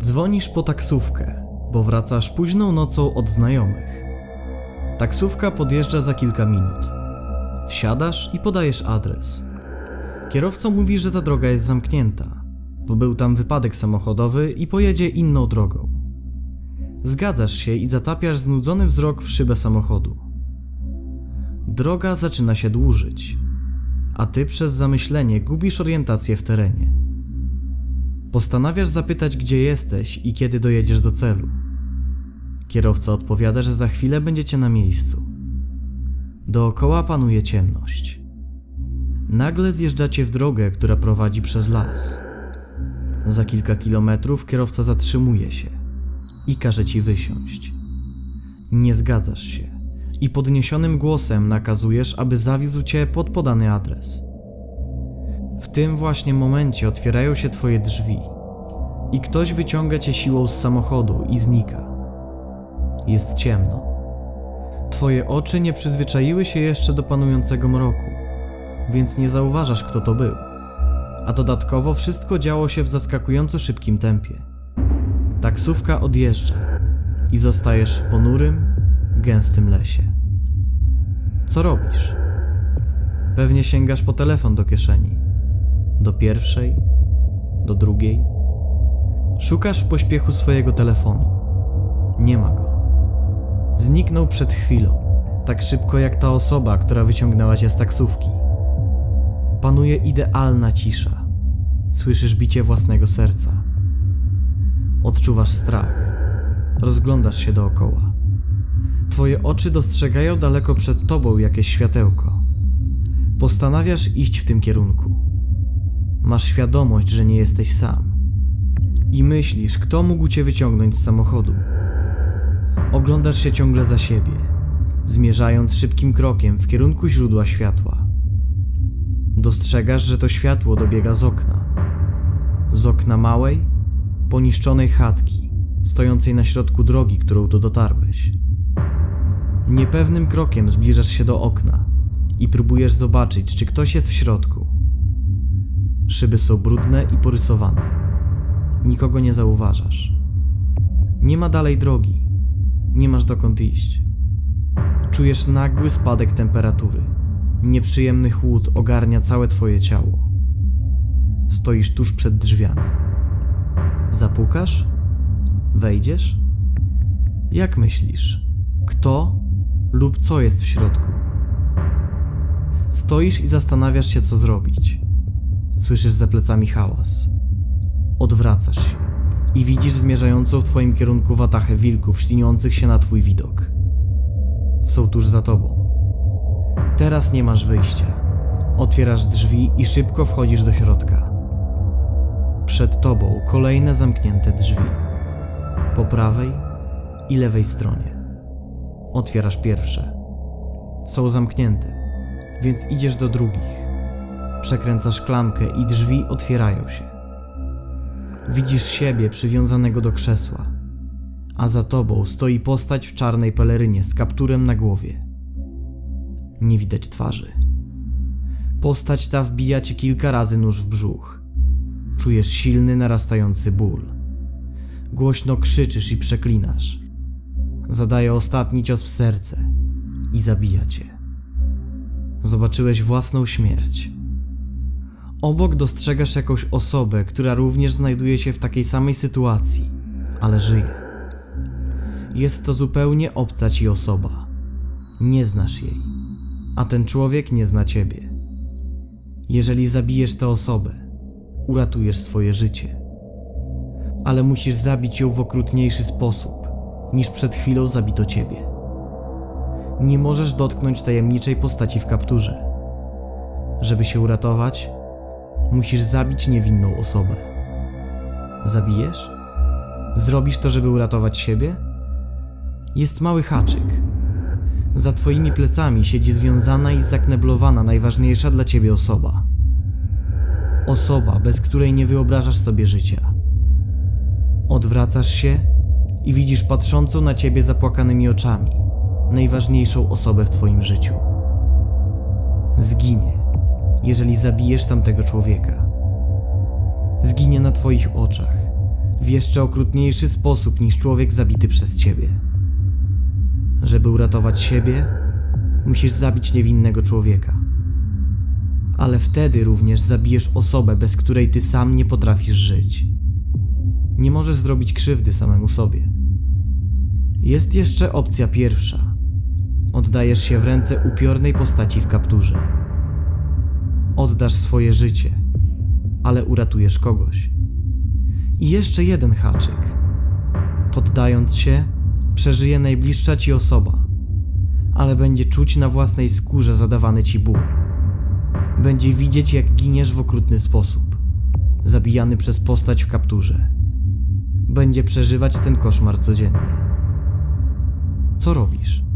Dzwonisz po taksówkę, bo wracasz późną nocą od znajomych. Taksówka podjeżdża za kilka minut. Wsiadasz i podajesz adres. Kierowca mówi, że ta droga jest zamknięta, bo był tam wypadek samochodowy i pojedzie inną drogą. Zgadzasz się i zatapiasz znudzony wzrok w szybę samochodu. Droga zaczyna się dłużyć, a ty przez zamyślenie gubisz orientację w terenie. Postanawiasz zapytać, gdzie jesteś i kiedy dojedziesz do celu. Kierowca odpowiada, że za chwilę będziecie na miejscu. Dookoła panuje ciemność. Nagle zjeżdżacie w drogę, która prowadzi przez las. Za kilka kilometrów kierowca zatrzymuje się i każe ci wysiąść. Nie zgadzasz się i podniesionym głosem nakazujesz, aby zawiózł cię pod podany adres. W tym właśnie momencie otwierają się twoje drzwi i ktoś wyciąga cię siłą z samochodu i znika. Jest ciemno. Twoje oczy nie przyzwyczaiły się jeszcze do panującego mroku, więc nie zauważasz, kto to był. A dodatkowo wszystko działo się w zaskakująco szybkim tempie. Taksówka odjeżdża i zostajesz w ponurym, gęstym lesie. Co robisz? Pewnie sięgasz po telefon do kieszeni. Do pierwszej, do drugiej. Szukasz w pośpiechu swojego telefonu. Nie ma go. Zniknął przed chwilą, tak szybko jak ta osoba, która wyciągnęła cię z taksówki. Panuje idealna cisza. Słyszysz bicie własnego serca. Odczuwasz strach. Rozglądasz się dookoła. Twoje oczy dostrzegają daleko przed tobą jakieś światełko. Postanawiasz iść w tym kierunku. Masz świadomość, że nie jesteś sam. I myślisz, kto mógł cię wyciągnąć z samochodu. Oglądasz się ciągle za siebie, zmierzając szybkim krokiem w kierunku źródła światła. Dostrzegasz, że to światło dobiega z okna. Z okna małej, poniszczonej chatki, stojącej na środku drogi, którą tu dotarłeś. Niepewnym krokiem zbliżasz się do okna i próbujesz zobaczyć, czy ktoś jest w środku. Szyby są brudne i porysowane. Nikogo nie zauważasz. Nie ma dalej drogi. Nie masz dokąd iść. Czujesz nagły spadek temperatury. Nieprzyjemny chłód ogarnia całe twoje ciało. Stoisz tuż przed drzwiami. Zapukasz? Wejdziesz? Jak myślisz? Kto lub co jest w środku? Stoisz i zastanawiasz się, co zrobić. Słyszysz za plecami hałas. Odwracasz się i widzisz zmierzającą w twoim kierunku watachę wilków śliniących się na twój widok. Są tuż za tobą. Teraz nie masz wyjścia. Otwierasz drzwi i szybko wchodzisz do środka. Przed tobą kolejne zamknięte drzwi. Po prawej i lewej stronie. Otwierasz pierwsze. Są zamknięte, więc idziesz do drugich. Przekręcasz klamkę i drzwi otwierają się. Widzisz siebie przywiązanego do krzesła, a za tobą stoi postać w czarnej pelerynie z kapturem na głowie. Nie widać twarzy. Postać ta wbija ci kilka razy nóż w brzuch. Czujesz silny, narastający ból. Głośno krzyczysz i przeklinasz. Zadaje ostatni cios w serce i zabija cię. Zobaczyłeś własną śmierć. Obok dostrzegasz jakąś osobę, która również znajduje się w takiej samej sytuacji, ale żyje. Jest to zupełnie obca ci osoba. Nie znasz jej, a ten człowiek nie zna ciebie. Jeżeli zabijesz tę osobę, uratujesz swoje życie. Ale musisz zabić ją w okrutniejszy sposób, niż przed chwilą zabito ciebie. Nie możesz dotknąć tajemniczej postaci w kapturze. Żeby się uratować, musisz zabić niewinną osobę. Zabijesz? Zrobisz to, żeby uratować siebie? Jest mały haczyk. Za twoimi plecami siedzi związana i zakneblowana najważniejsza dla ciebie osoba. Osoba, bez której nie wyobrażasz sobie życia. Odwracasz się i widzisz patrzącą na ciebie zapłakanymi oczami najważniejszą osobę w twoim życiu. Zginie, jeżeli zabijesz tamtego człowieka. Zginie na twoich oczach, w jeszcze okrutniejszy sposób niż człowiek zabity przez ciebie. Żeby uratować siebie, musisz zabić niewinnego człowieka. Ale wtedy również zabijesz osobę, bez której ty sam nie potrafisz żyć. Nie możesz zrobić krzywdy samemu sobie. Jest jeszcze opcja pierwsza. Oddajesz się w ręce upiornej postaci w kapturze. Oddasz swoje życie, ale uratujesz kogoś. I jeszcze jeden haczyk. Poddając się, przeżyje najbliższa ci osoba, ale będzie czuć na własnej skórze zadawany ci ból. Będzie widzieć, jak giniesz w okrutny sposób, zabijany przez postać w kapturze. Będzie przeżywać ten koszmar codziennie. Co robisz?